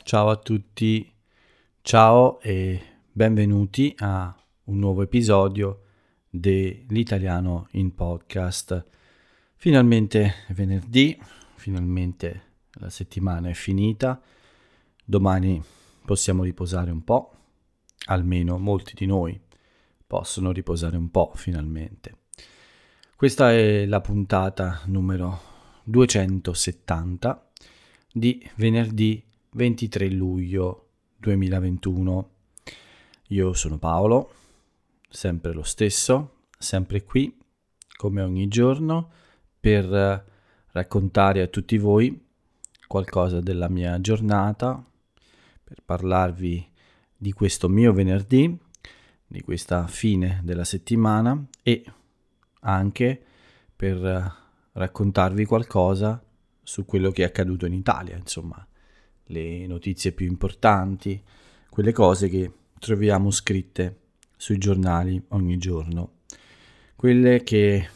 Ciao a tutti, ciao e benvenuti a un nuovo episodio dell'Italiano in Podcast. Finalmente è venerdì, finalmente la settimana è finita, domani possiamo riposare un po', almeno molti di noi possono riposare un po' finalmente. Questa è la puntata numero 270 di venerdì 23 luglio 2021. Io sono Paolo, sempre lo stesso, sempre qui, come ogni giorno, per raccontare a tutti voi qualcosa della mia giornata, per parlarvi di questo mio venerdì, di questa fine della settimana e anche per raccontarvi qualcosa su quello che è accaduto in Italia, insomma, le notizie più importanti, quelle cose che troviamo scritte sui giornali ogni giorno, quelle che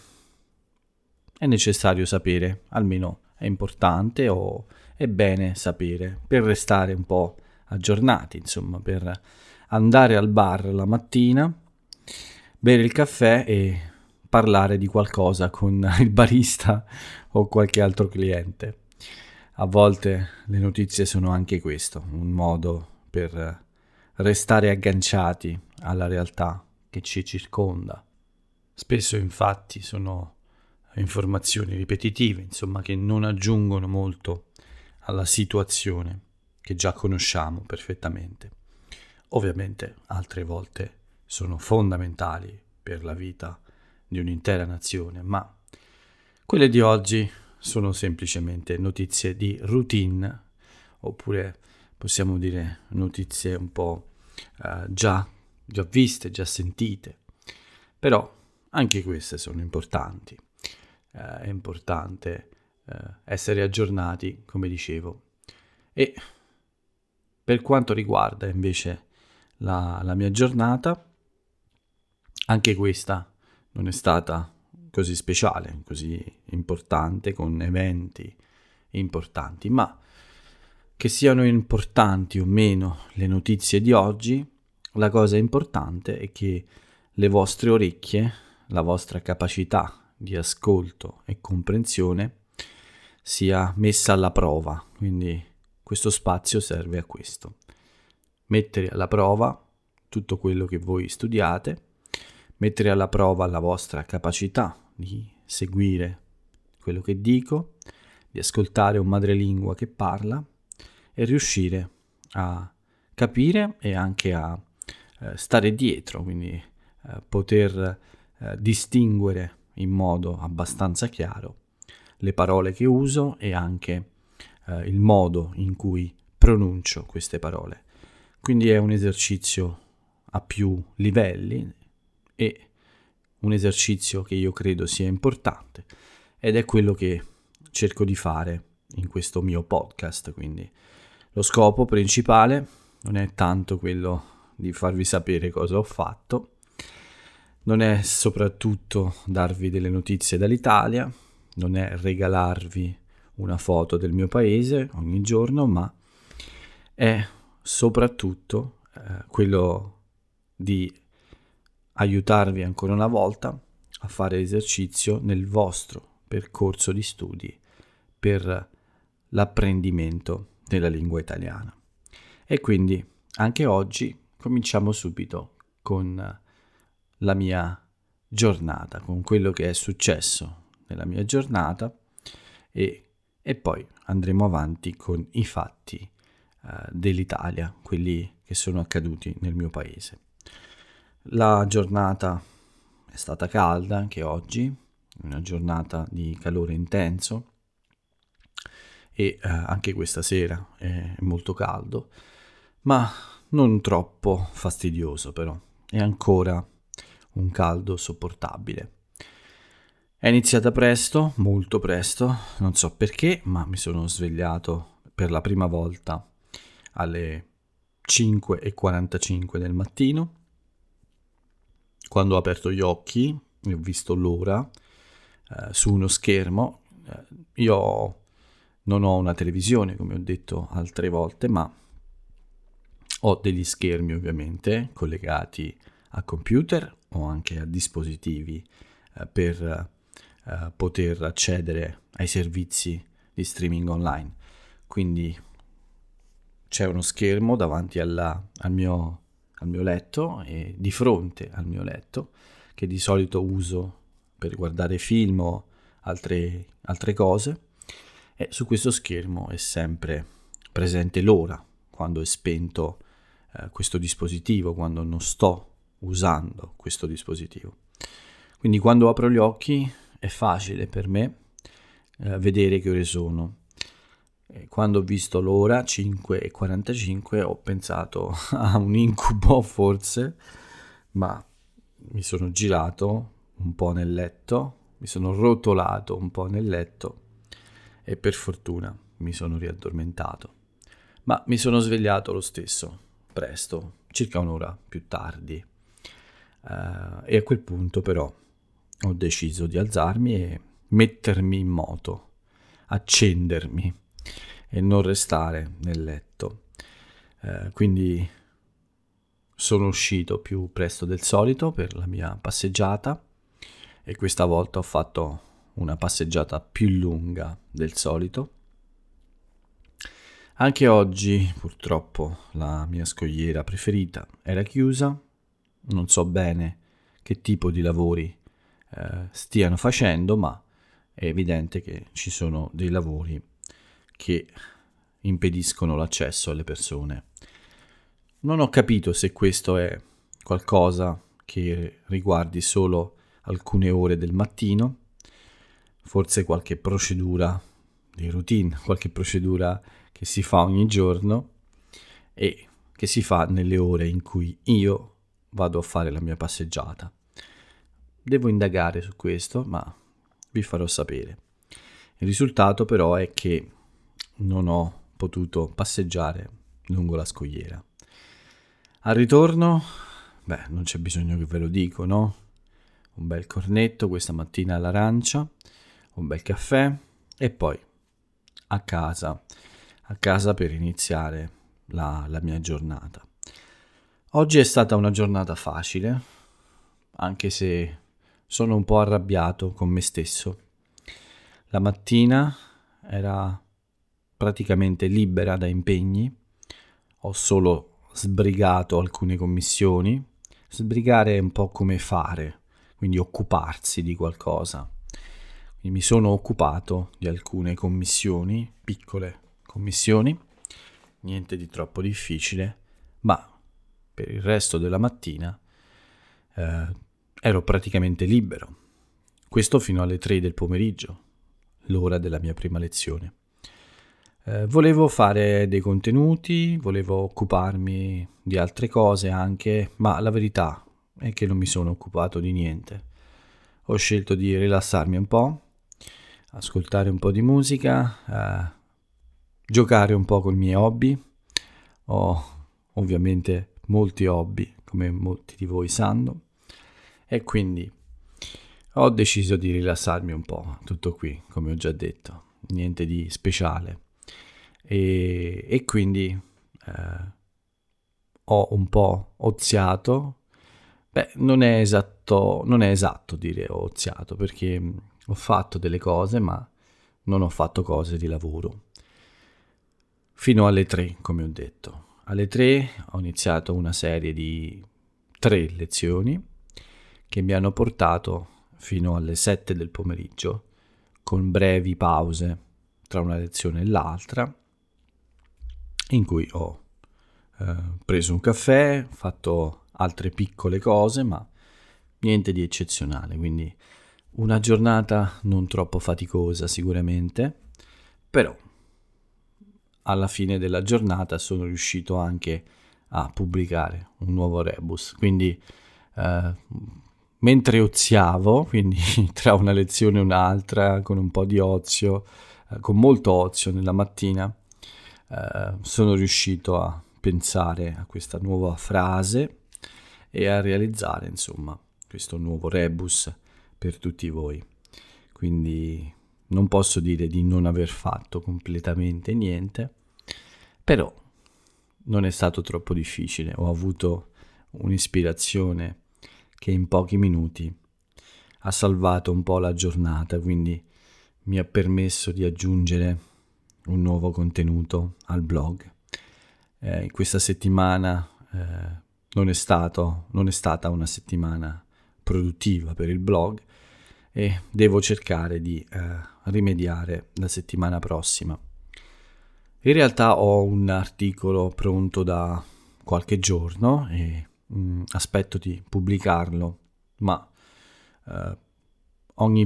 è necessario sapere, almeno è importante o è bene sapere per restare un po' aggiornati, insomma, per andare al bar la mattina, bere il caffè e parlare di qualcosa con il barista o qualche altro cliente. A volte le notizie sono anche questo, un modo per restare agganciati alla realtà che ci circonda. Spesso infatti sono informazioni ripetitive, insomma, che non aggiungono molto alla situazione che già conosciamo perfettamente. Ovviamente altre volte sono fondamentali per la vita di un'intera nazione, ma quelle di oggi sono semplicemente notizie di routine, oppure possiamo dire notizie un po' già viste, già sentite. Però anche queste sono importanti. È importante essere aggiornati, come dicevo. E per quanto riguarda invece la mia giornata, anche questa non è stata così speciale, così importante, con eventi importanti, ma che siano importanti o meno le notizie di oggi, la cosa importante è che le vostre orecchie, la vostra capacità di ascolto e comprensione sia messa alla prova, quindi questo spazio serve a questo. Mettere alla prova tutto quello che voi studiate, mettere alla prova la vostra capacità di seguire quello che dico, di ascoltare un madrelingua che parla e riuscire a capire e anche a stare dietro, quindi poter distinguere in modo abbastanza chiaro le parole che uso e anche il modo in cui pronuncio queste parole. Quindi è un esercizio a più livelli e un esercizio che io credo sia importante ed è quello che cerco di fare in questo mio podcast. Quindi lo scopo principale non è tanto quello di farvi sapere cosa ho fatto, non è soprattutto darvi delle notizie dall'Italia, non è regalarvi una foto del mio paese ogni giorno, ma è soprattutto quello di aiutarvi ancora una volta a fare esercizio nel vostro percorso di studi per l'apprendimento della lingua italiana. E quindi anche oggi cominciamo subito con la mia giornata, con quello che è successo nella mia giornata e poi andremo avanti con i fatti dell'Italia, quelli che sono accaduti nel mio paese. La giornata è stata calda anche oggi, una giornata di calore intenso e anche questa sera è molto caldo, ma non troppo fastidioso però, è ancora un caldo sopportabile. È iniziata presto, molto presto, non so perché, ma mi sono svegliato per la prima volta alle 5:45 del mattino. Quando ho aperto gli occhi e ho visto l'ora su uno schermo, io non ho una televisione, come ho detto altre volte, ma Ho degli schermi ovviamente collegati a computer o anche a dispositivi per poter accedere ai servizi di streaming online. Quindi c'è uno schermo davanti al mio letto e di fronte al mio letto, che di solito uso per guardare film o altre cose, e su questo schermo è sempre presente l'ora quando è spento questo dispositivo, quando non sto usando questo dispositivo. Quindi quando apro gli occhi è facile per me vedere che ore sono. Quando ho visto l'ora 5:45 ho pensato a un incubo forse, ma mi sono girato un po' nel letto, mi sono rotolato un po' nel letto e per fortuna mi sono riaddormentato. Ma mi sono svegliato lo stesso, presto, circa un'ora più tardi. E a quel punto però ho deciso di alzarmi e mettermi in moto, accendermi e non restare nel letto. Quindi sono uscito più presto del solito per la mia passeggiata e questa volta ho fatto una passeggiata più lunga del solito. Anche oggi purtroppo la mia scogliera preferita era chiusa, non so bene che tipo di lavori stiano facendo, ma è evidente che ci sono dei lavori che impediscono l'accesso alle persone. Non ho capito se questo è qualcosa che riguardi solo alcune ore del mattino, forse qualche procedura di routine, qualche procedura che si fa ogni giorno e che si fa nelle ore in cui io vado a fare la mia passeggiata. Devo indagare su questo, ma vi farò sapere. Il risultato però è che non ho potuto passeggiare lungo la scogliera. Al ritorno, non c'è bisogno che ve lo dico, no? Un bel cornetto questa mattina all'arancia, un bel caffè e poi a casa per iniziare la mia giornata. Oggi è stata una giornata facile, anche se sono un po' arrabbiato con me stesso. La mattina era praticamente libera da impegni, ho solo sbrigato alcune commissioni. Sbrigare è un po' come fare, quindi occuparsi di qualcosa. Quindi mi sono occupato di alcune commissioni, piccole commissioni, niente di troppo difficile, ma per il resto della mattina ero praticamente libero. Questo fino alle 3 del pomeriggio, l'ora della mia prima lezione. Volevo fare dei contenuti, volevo occuparmi di altre cose anche, ma la verità è che non mi sono occupato di niente. Ho scelto di rilassarmi un po', ascoltare un po' di musica, giocare un po' con i miei hobby. Ho ovviamente molti hobby, come molti di voi sanno, e quindi ho deciso di rilassarmi un po', tutto qui, come ho già detto, niente di speciale. E quindi ho un po' oziato. Non è esatto dire ho oziato, perché ho fatto delle cose, ma non ho fatto cose di lavoro. Fino alle 3, come ho detto. Alle 3 ho iniziato una serie di 3 lezioni che mi hanno portato fino alle 7 del pomeriggio, con brevi pause tra una lezione e l'altra, in cui ho preso un caffè, fatto altre piccole cose, ma niente di eccezionale, quindi una giornata non troppo faticosa sicuramente, però alla fine della giornata sono riuscito anche a pubblicare un nuovo rebus, quindi mentre oziavo, quindi tra una lezione e un'altra, con un po' di ozio, con molto ozio nella mattina, sono riuscito a pensare a questa nuova frase e a realizzare insomma questo nuovo rebus per tutti voi. Quindi non posso dire di non aver fatto completamente niente, però non è stato troppo difficile. Ho avuto un'ispirazione che in pochi minuti ha salvato un po' la giornata, quindi mi ha permesso di aggiungere un nuovo contenuto al blog. Questa settimana non è stata una settimana produttiva per il blog e devo cercare di rimediare la settimana prossima. In realtà ho un articolo pronto da qualche giorno e aspetto di pubblicarlo, ma ogni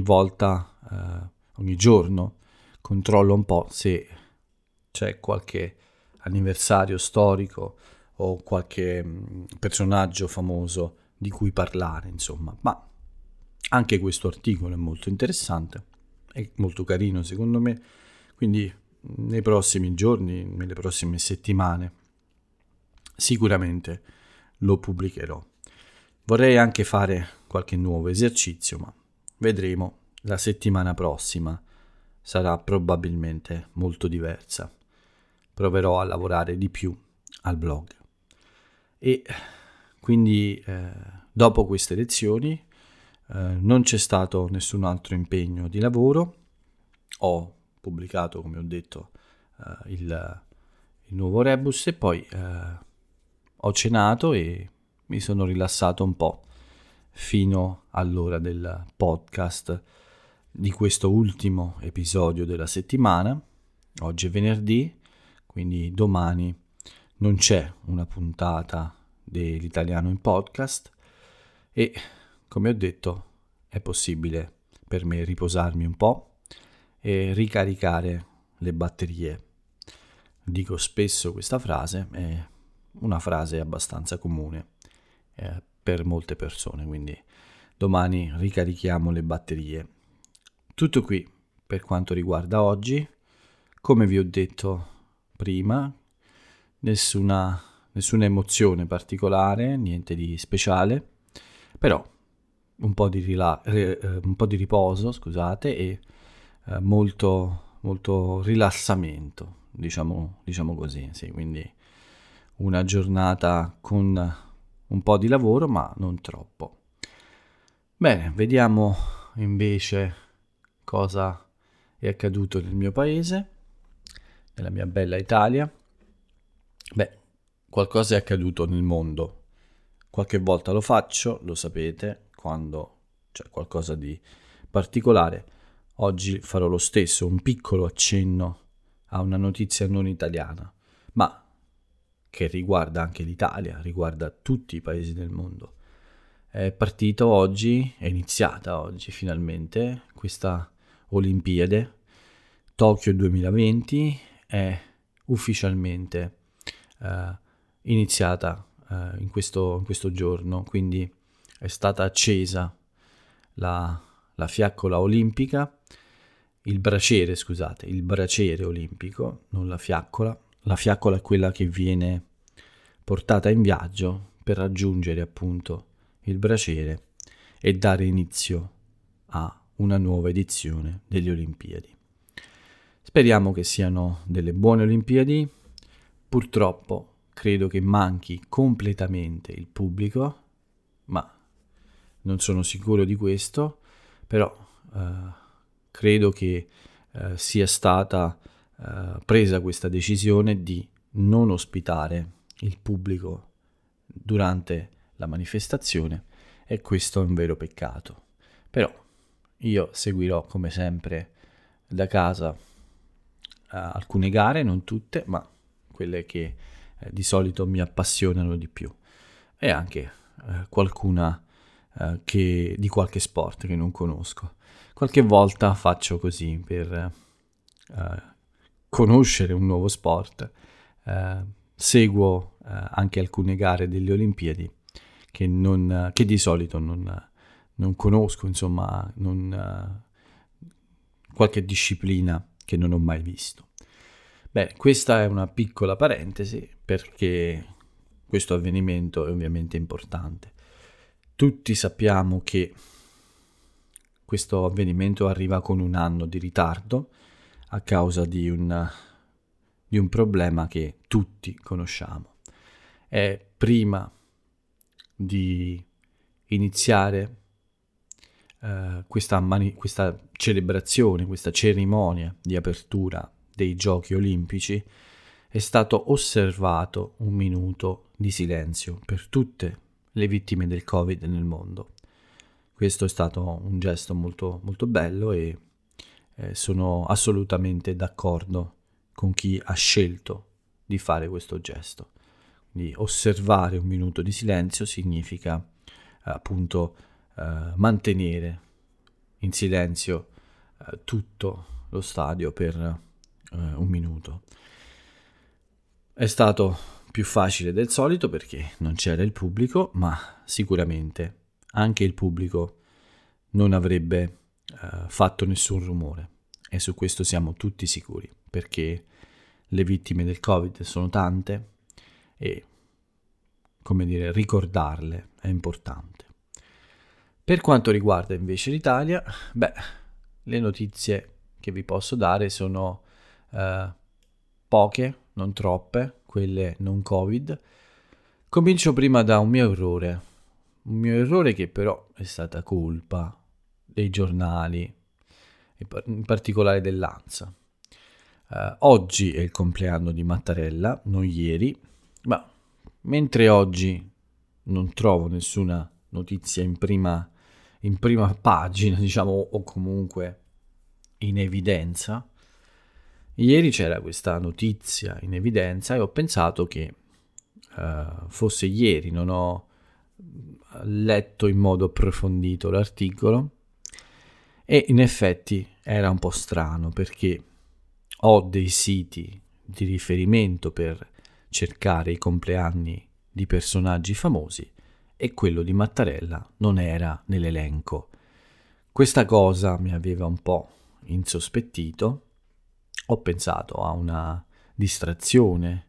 giorno controllo un po' se c'è qualche anniversario storico o qualche personaggio famoso di cui parlare, insomma. Ma anche questo articolo è molto interessante, è molto carino secondo me, quindi nei prossimi giorni, nelle prossime settimane, sicuramente lo pubblicherò. Vorrei anche fare qualche nuovo esercizio, ma vedremo. La settimana prossima sarà probabilmente molto diversa. Proverò a lavorare di più al blog. E quindi dopo queste lezioni non c'è stato nessun altro impegno di lavoro. Ho pubblicato, come ho detto, il nuovo rebus e poi ho cenato e mi sono rilassato un po' fino all'ora del podcast di questo ultimo episodio della settimana. Oggi è venerdì, quindi domani non c'è una puntata dell'Italiano in podcast e, come ho detto, è possibile per me riposarmi un po' e ricaricare le batterie. Dico spesso questa frase, è una frase abbastanza comune per molte persone, quindi domani ricarichiamo le batterie. Tutto qui per quanto riguarda oggi. Come vi ho detto prima, nessuna emozione particolare, niente di speciale, però un po' di riposo, scusate, e molto rilassamento, diciamo così, sì, quindi una giornata con un po' di lavoro, ma non troppo. Bene, vediamo invece cosa è accaduto nel mio paese, nella mia bella Italia. Qualcosa è accaduto nel mondo. Qualche volta lo faccio, lo sapete, quando c'è qualcosa di particolare. Oggi farò lo stesso, un piccolo accenno a una notizia non italiana, ma che riguarda anche l'Italia, riguarda tutti i paesi del mondo. È iniziata oggi finalmente questa Olimpiade. Tokyo 2020 è ufficialmente iniziata in questo giorno, quindi è stata accesa la fiaccola olimpica, il braciere olimpico, non la fiaccola. La fiaccola è quella che viene portata in viaggio per raggiungere appunto il braciere e dare inizio a una nuova edizione delle Olimpiadi. Speriamo che siano delle buone Olimpiadi. Purtroppo credo che manchi completamente il pubblico, ma non sono sicuro di questo, però credo che sia stata presa questa decisione di non ospitare il pubblico durante la manifestazione e questo è un vero peccato. Però io seguirò come sempre da casa alcune gare, non tutte, ma quelle che di solito mi appassionano di più e anche qualcuna di qualche sport che non conosco. Qualche volta faccio così per conoscere un nuovo sport. Seguo anche alcune gare delle Olimpiadi che di solito non conosco, insomma, qualche disciplina che non ho mai visto. Beh, questa è una piccola parentesi perché questo avvenimento è ovviamente importante. Tutti sappiamo che questo avvenimento arriva con un anno di ritardo a causa di un problema che tutti conosciamo. è prima di iniziare questa celebrazione, questa cerimonia di apertura dei Giochi Olimpici, è stato osservato un minuto di silenzio per tutte le vittime del Covid nel mondo. Questo è stato un gesto molto, molto bello e sono assolutamente d'accordo con chi ha scelto di fare questo gesto. Quindi osservare un minuto di silenzio significa appunto mantenere in silenzio tutto lo stadio per un minuto. È stato più facile del solito perché non c'era il pubblico, ma sicuramente anche il pubblico non avrebbe fatto nessun rumore, e su questo siamo tutti sicuri, perché le vittime del Covid sono tante e, come dire, ricordarle è importante. Per quanto riguarda invece l'Italia, le notizie che vi posso dare sono poche, non troppe, quelle non Covid. Comincio prima da un mio errore che però è stata colpa dei giornali, in particolare dell'ANSA. Oggi è il compleanno di Mattarella, non ieri, ma mentre oggi non trovo nessuna notizia in prima pagina, diciamo, o comunque in evidenza, ieri c'era questa notizia in evidenza e ho pensato che fosse ieri. Non ho letto in modo approfondito l'articolo e in effetti era un po' strano, perché ho dei siti di riferimento per cercare i compleanni di personaggi famosi e quello di Mattarella non era nell'elenco. Questa cosa mi aveva un po' insospettito. Ho pensato a una distrazione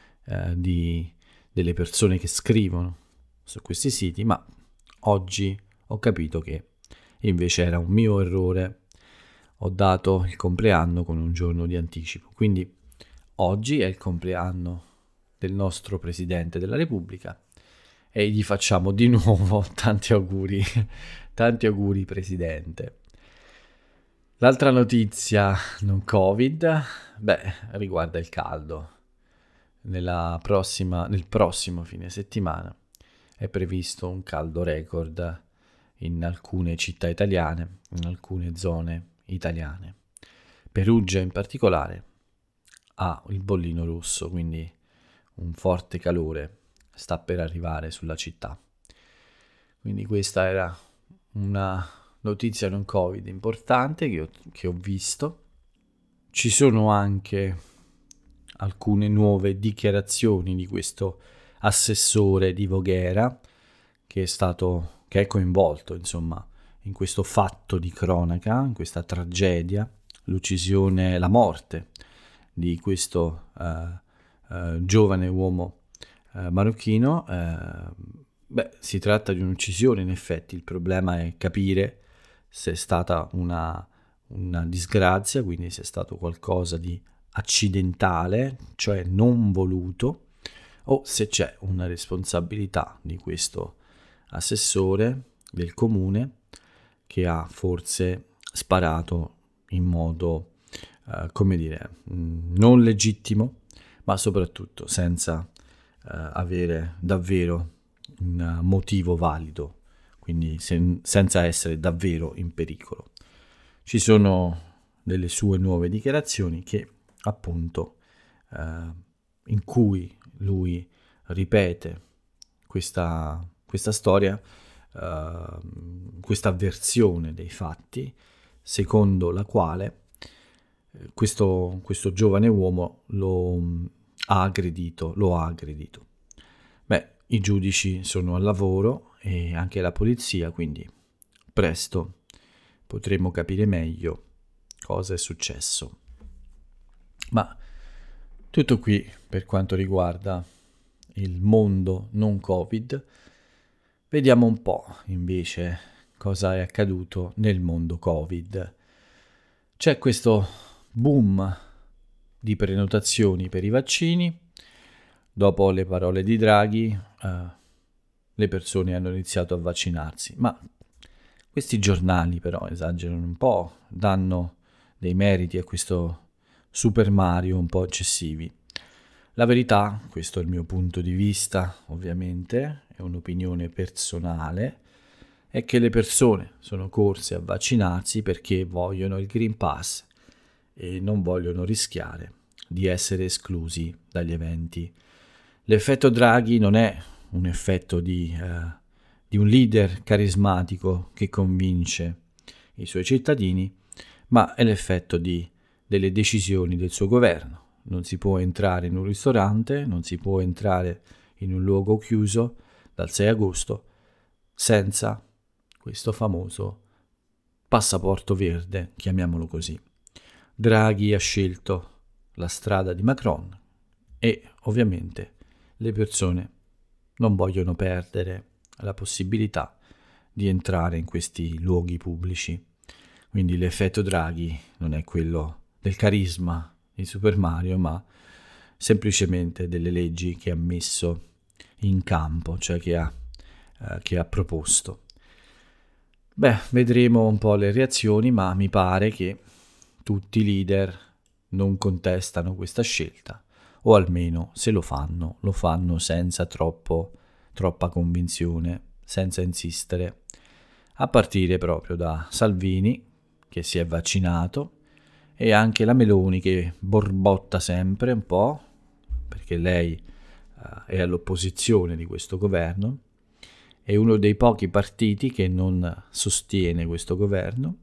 delle persone che scrivono su questi siti, ma oggi ho capito che invece era un mio errore. Ho dato il compleanno con un giorno di anticipo, quindi oggi è il compleanno del nostro Presidente della Repubblica e gli facciamo di nuovo tanti auguri Presidente. L'altra notizia non Covid, riguarda il caldo. Nel prossimo fine settimana è previsto un caldo record in alcune città italiane, in alcune zone italiane. Perugia in particolare ha il bollino rosso, quindi un forte calore sta per arrivare sulla città. Quindi questa era una notizia non Covid importante che ho visto. Ci sono anche alcune nuove dichiarazioni di questo assessore di Voghera che è coinvolto, insomma, in questo fatto di cronaca, in questa tragedia, l'uccisione, la morte di questo giovane uomo marocchino. Si tratta di un'uccisione, in effetti. Il problema è capire se è stata una disgrazia, quindi se è stato qualcosa di accidentale, cioè non voluto, o se c'è una responsabilità di questo assessore del comune che ha forse sparato in modo, non legittimo, ma soprattutto senza avere davvero un motivo valido, quindi senza essere davvero in pericolo. Ci sono delle sue nuove dichiarazioni che appunto in cui lui ripete questa storia, questa versione dei fatti, secondo la quale questo giovane uomo lo ha aggredito. I giudici sono al lavoro e anche la polizia, quindi presto potremo capire meglio cosa è successo. Ma tutto qui per quanto riguarda il mondo non Covid. Vediamo un po' invece cosa è accaduto nel mondo Covid. C'è questo boom di prenotazioni per i vaccini. dopo le parole di Draghi, le persone hanno iniziato a vaccinarsi. Ma questi giornali però esagerano un po', danno dei meriti a questo Super Mario un po' eccessivi. La verità, questo è il mio punto di vista, ovviamente, è un'opinione personale, è che le persone sono corse a vaccinarsi perché vogliono il Green Pass e non vogliono rischiare di essere esclusi dagli eventi. L'effetto Draghi non è un effetto di un leader carismatico che convince i suoi cittadini, ma è l'effetto delle decisioni del suo governo. Non si può entrare in un ristorante, non si può entrare in un luogo chiuso dal 6 agosto senza questo famoso passaporto verde, chiamiamolo così. Draghi ha scelto la strada di Macron e ovviamente le persone non vogliono perdere la possibilità di entrare in questi luoghi pubblici. Quindi l'effetto Draghi non è quello del carisma di Super Mario, ma semplicemente delle leggi che ha messo in campo, cioè che ha proposto. Beh, vedremo un po' le reazioni, ma mi pare che tutti i leader non contestano questa scelta, o almeno se lo fanno senza troppa convinzione, senza insistere, a partire proprio da Salvini, che si è vaccinato, e anche la Meloni che borbotta sempre un po', perché lei è all'opposizione di questo governo, è uno dei pochi partiti che non sostiene questo governo,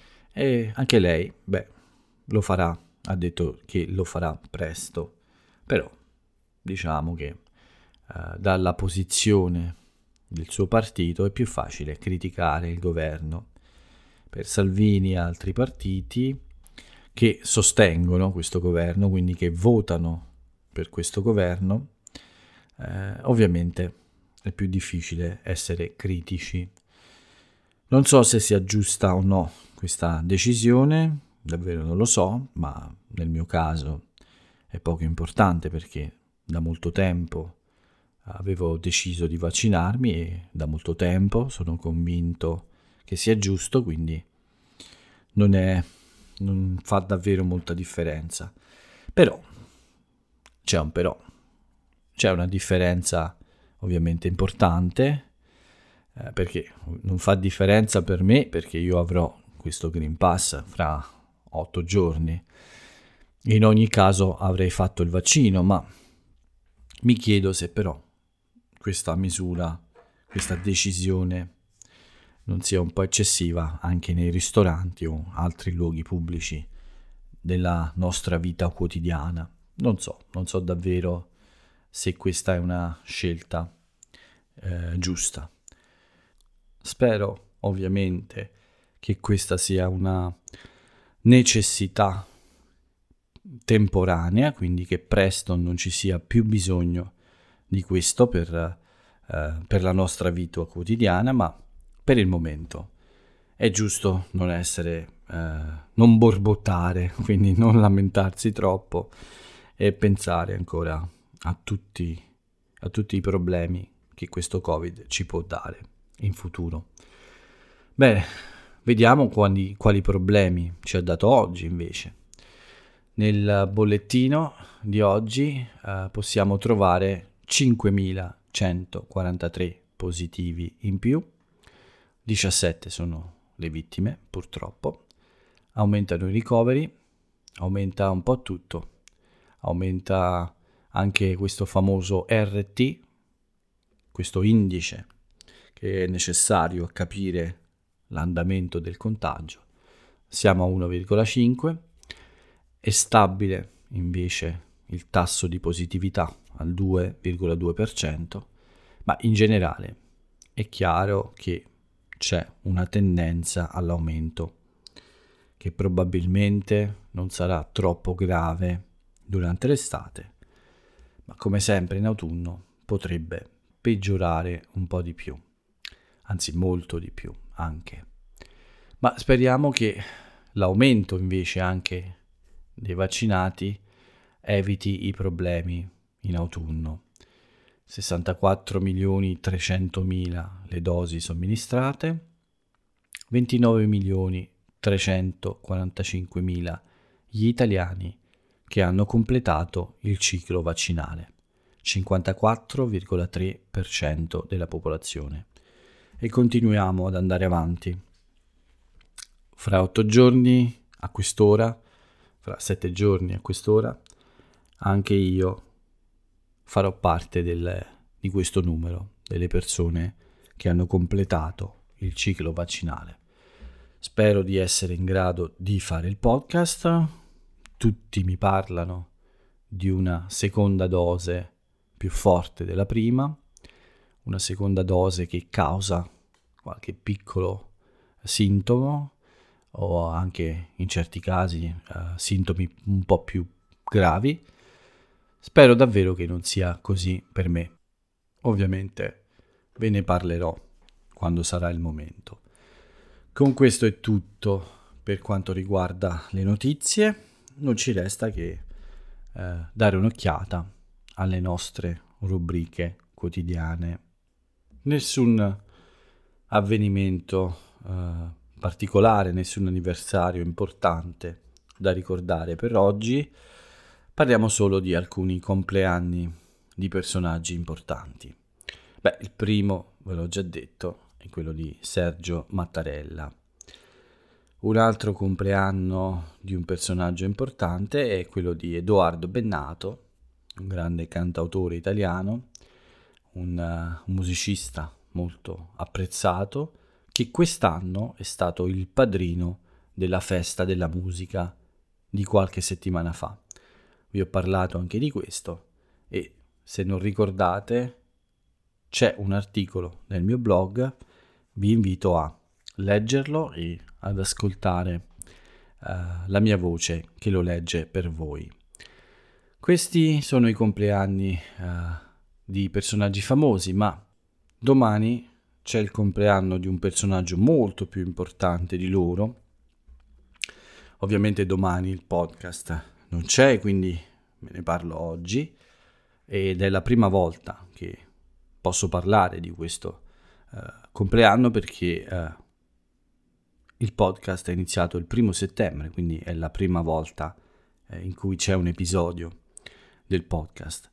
e anche lei, lo farà, ha detto che lo farà presto, però diciamo che dalla posizione del suo partito è più facile criticare il governo. Per Salvini e altri partiti che sostengono questo governo, quindi che votano per questo governo, ovviamente è più difficile essere critici. Non so se sia giusta o no questa decisione, davvero non lo so, ma nel mio caso è poco importante perché da molto tempo avevo deciso di vaccinarmi e da molto tempo sono convinto che sia giusto, quindi non fa davvero molta differenza. Però c'è una differenza ovviamente importante, perché non fa differenza per me perché io avrò questo Green Pass fra 8 giorni. In ogni caso avrei fatto il vaccino, ma mi chiedo se però questa misura, questa decisione non sia un po' eccessiva anche nei ristoranti o altri luoghi pubblici della nostra vita quotidiana. Non so davvero se questa è una scelta giusta. Spero ovviamente che questa sia una necessità temporanea, quindi che presto non ci sia più bisogno di questo per la nostra vita quotidiana, ma per il momento è giusto non essere, non borbottare, quindi non lamentarsi troppo e pensare ancora a tutti i problemi che questo Covid ci può dare in futuro. Bene, vediamo quali problemi ci ha dato oggi invece. Nel bollettino di oggi possiamo trovare 5.143 positivi in più, 17 sono le vittime purtroppo, aumentano i ricoveri, aumenta un po' tutto, aumenta anche questo famoso RT, questo indice che è necessario a capire l'andamento del contagio. Siamo a 1,5, è stabile invece il tasso di positività al 2,2%, ma in generale è chiaro che c'è una tendenza all'aumento che probabilmente non sarà troppo grave durante l'estate, ma come sempre in autunno potrebbe peggiorare un po' di più, anzi molto di più anche. Ma speriamo che l'aumento invece anche dei vaccinati eviti i problemi in autunno. 64.300.000 le dosi somministrate, 29.345.000 gli italiani che hanno completato il ciclo vaccinale, 54,3% della popolazione. E continuiamo ad andare avanti. Fra 8 giorni a quest'ora, fra 7 giorni a quest'ora, anche io farò parte di questo numero delle persone che hanno completato il ciclo vaccinale. Spero di essere in grado di fare il podcast. Tutti mi parlano di una seconda dose più forte della prima, una seconda dose che causa qualche piccolo sintomo o anche in certi casi sintomi un po' più gravi. Spero davvero che non sia così per me. Ovviamente ve ne parlerò quando sarà il momento. Con questo è tutto per quanto riguarda le notizie. Non ci resta che dare un'occhiata alle nostre rubriche quotidiane. Nessun avvenimento particolare, nessun anniversario importante da ricordare per oggi. Parliamo solo di alcuni compleanni di personaggi importanti. Il primo, ve l'ho già detto, è quello di Sergio Mattarella. Un altro compleanno di un personaggio importante è quello di Edoardo Bennato, un grande cantautore italiano, un musicista molto apprezzato, che quest'anno è stato il padrino della festa della musica di qualche settimana fa. Vi ho parlato anche di questo e se non ricordate c'è un articolo nel mio blog, vi invito a leggerlo e ad ascoltare la mia voce che lo legge per voi. Questi sono i compleanni di personaggi famosi, ma domani c'è il compleanno di un personaggio molto più importante di loro. Ovviamente domani il podcast non c'è, quindi ve ne parlo oggi ed è la prima volta che posso parlare di questo compleanno perché il podcast è iniziato il 1 settembre, quindi è la prima volta in cui c'è un episodio del podcast.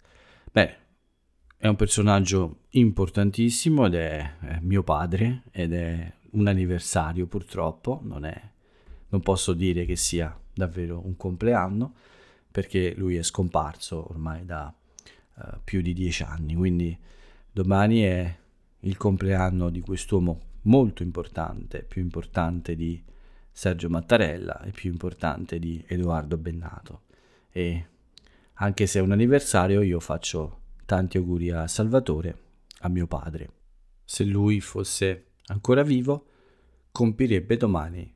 È un personaggio importantissimo ed è mio padre ed è un anniversario, purtroppo non posso dire che sia davvero un compleanno perché lui è scomparso ormai da più di 10 anni, quindi domani è il compleanno di quest'uomo molto importante, più importante di Sergio Mattarella e più importante di Edoardo Bennato. E anche se è un anniversario, io faccio tanti auguri a Salvatore, a mio padre. Se lui fosse ancora vivo, compirebbe domani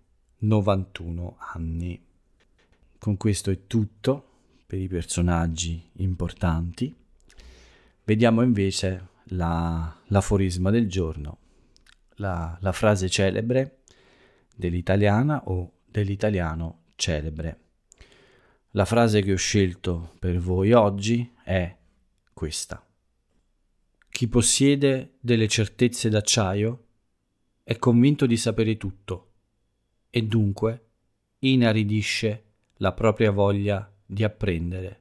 91 anni. Con questo è tutto per i personaggi importanti. Vediamo invece l'aforisma del giorno, la frase celebre dell'italiana o dell'italiano celebre. La frase che ho scelto per voi oggi è questa: chi possiede delle certezze d'acciaio è convinto di sapere tutto e dunque inaridisce la propria voglia di apprendere.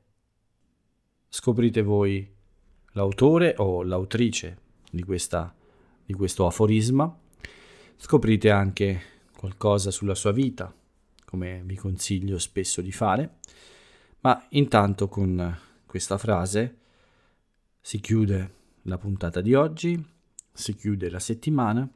Scoprite voi l'autore o l'autrice di questo aforisma. Scoprite anche qualcosa sulla sua vita, come vi consiglio spesso di fare. Ma intanto con questa frase si chiude la puntata di oggi, si chiude la settimana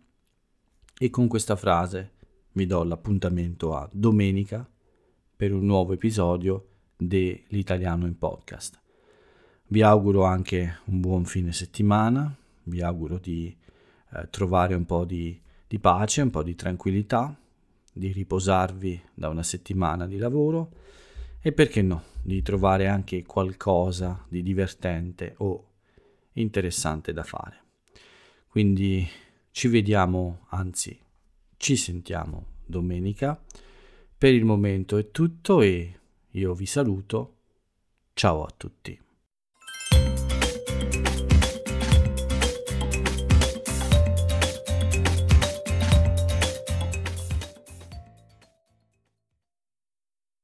e con questa frase vi do l'appuntamento a domenica per un nuovo episodio dell'Italiano in Podcast. Vi auguro anche un buon fine settimana, vi auguro di trovare un po' di pace, un po' di tranquillità, di riposarvi da una settimana di lavoro e perché no, di trovare anche qualcosa di divertente o interessante da fare. Quindi ci vediamo, anzi ci sentiamo domenica. Per il momento è tutto e io vi saluto. Ciao a tutti.